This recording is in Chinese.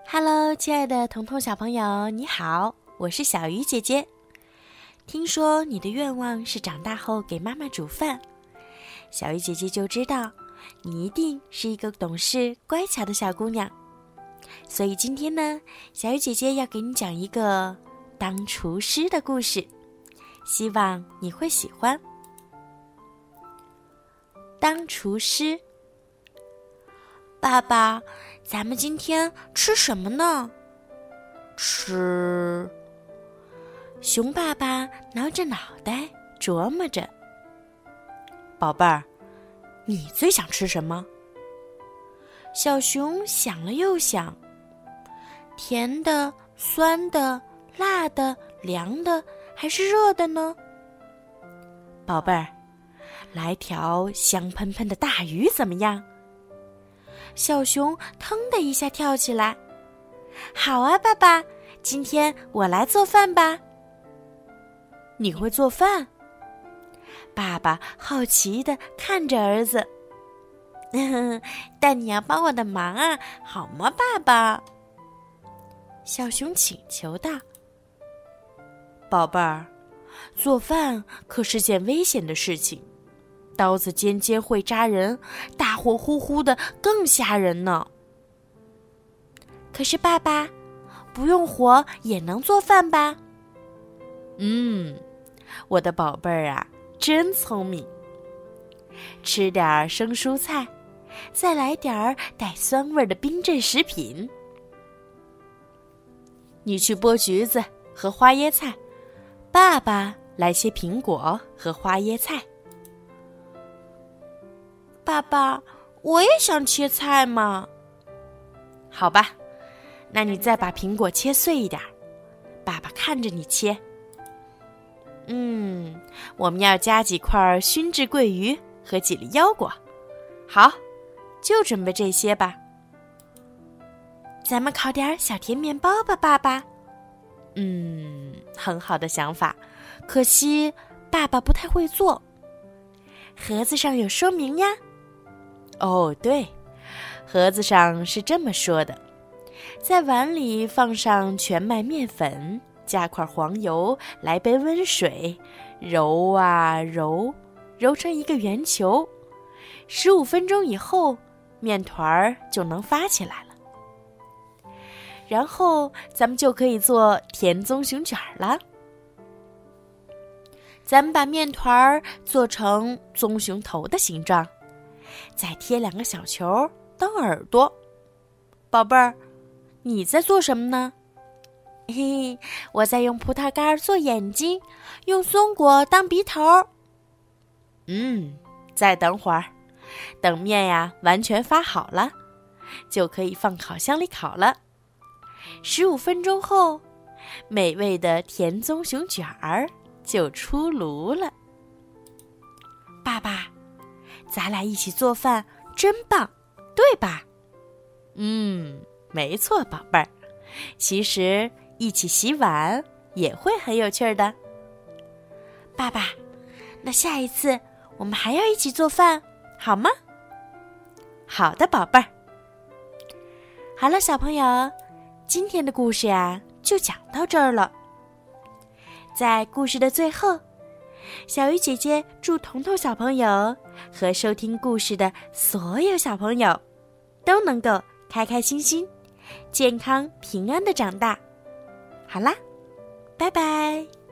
Hello， 亲爱的彤彤小朋友，你好，我是小鱼姐姐。听说你的愿望是长大后给妈妈煮饭，小鱼姐姐就知道你一定是一个懂事乖巧的小姑娘。所以今天呢，小鱼姐姐要给你讲一个当厨师的故事，希望你会喜欢。当厨师。爸爸，咱们今天吃什么呢？吃。熊爸爸挠着脑袋琢磨着。宝贝儿，你最想吃什么？小熊想了又想，甜的、酸的、辣的、凉的，还是热的呢？宝贝儿，来条香喷喷的大鱼怎么样？小熊腾的一下跳起来，好啊，爸爸，今天我来做饭吧。你会做饭？爸爸好奇地看着儿子。但你要帮我的忙啊，好吗，爸爸？小熊请求道。宝贝儿，做饭可是件危险的事情。刀子尖尖会扎人，大火呼呼的更吓人呢。可是爸爸，不用火也能做饭吧？我的宝贝儿啊，真聪明。吃点生蔬菜，再来点带酸味的冰镇食品。你去剥橘子和花椰菜，爸爸来切苹果和花椰菜。爸爸，我也想切菜嘛。好吧，那你再把苹果切碎一点，爸爸看着你切。我们要加几块熏制桂鱼和几粒腰果。好，就准备这些吧。咱们烤点小甜面包吧，爸爸。很好的想法，可惜爸爸不太会做。盒子上有说明呀。哦，对，盒子上是这么说的：在碗里放上全麦面粉，加块黄油，来杯温水，揉啊揉，揉成一个圆球。15分钟以后，面团就能发起来了。然后咱们就可以做甜棕熊卷了。咱们把面团做成棕熊头的形状，再贴2个小球当耳朵。宝贝儿，你在做什么呢？嘿嘿，我在用葡萄干做眼睛，用松果当鼻头。再等会儿，等面呀完全发好了，就可以放烤箱里烤了。15分钟后，美味的甜棕熊卷儿就出炉了。爸爸，咱俩一起做饭真棒，对吧？没错，宝贝儿。其实一起洗碗也会很有趣的。爸爸，那下一次我们还要一起做饭，好吗？好的，宝贝儿。好了，小朋友，今天的故事呀，就讲到这儿了。在故事的最后，小鱼姐姐祝彤彤小朋友和收听故事的所有小朋友都能够开开心心、健康平安地长大。好啦，拜拜。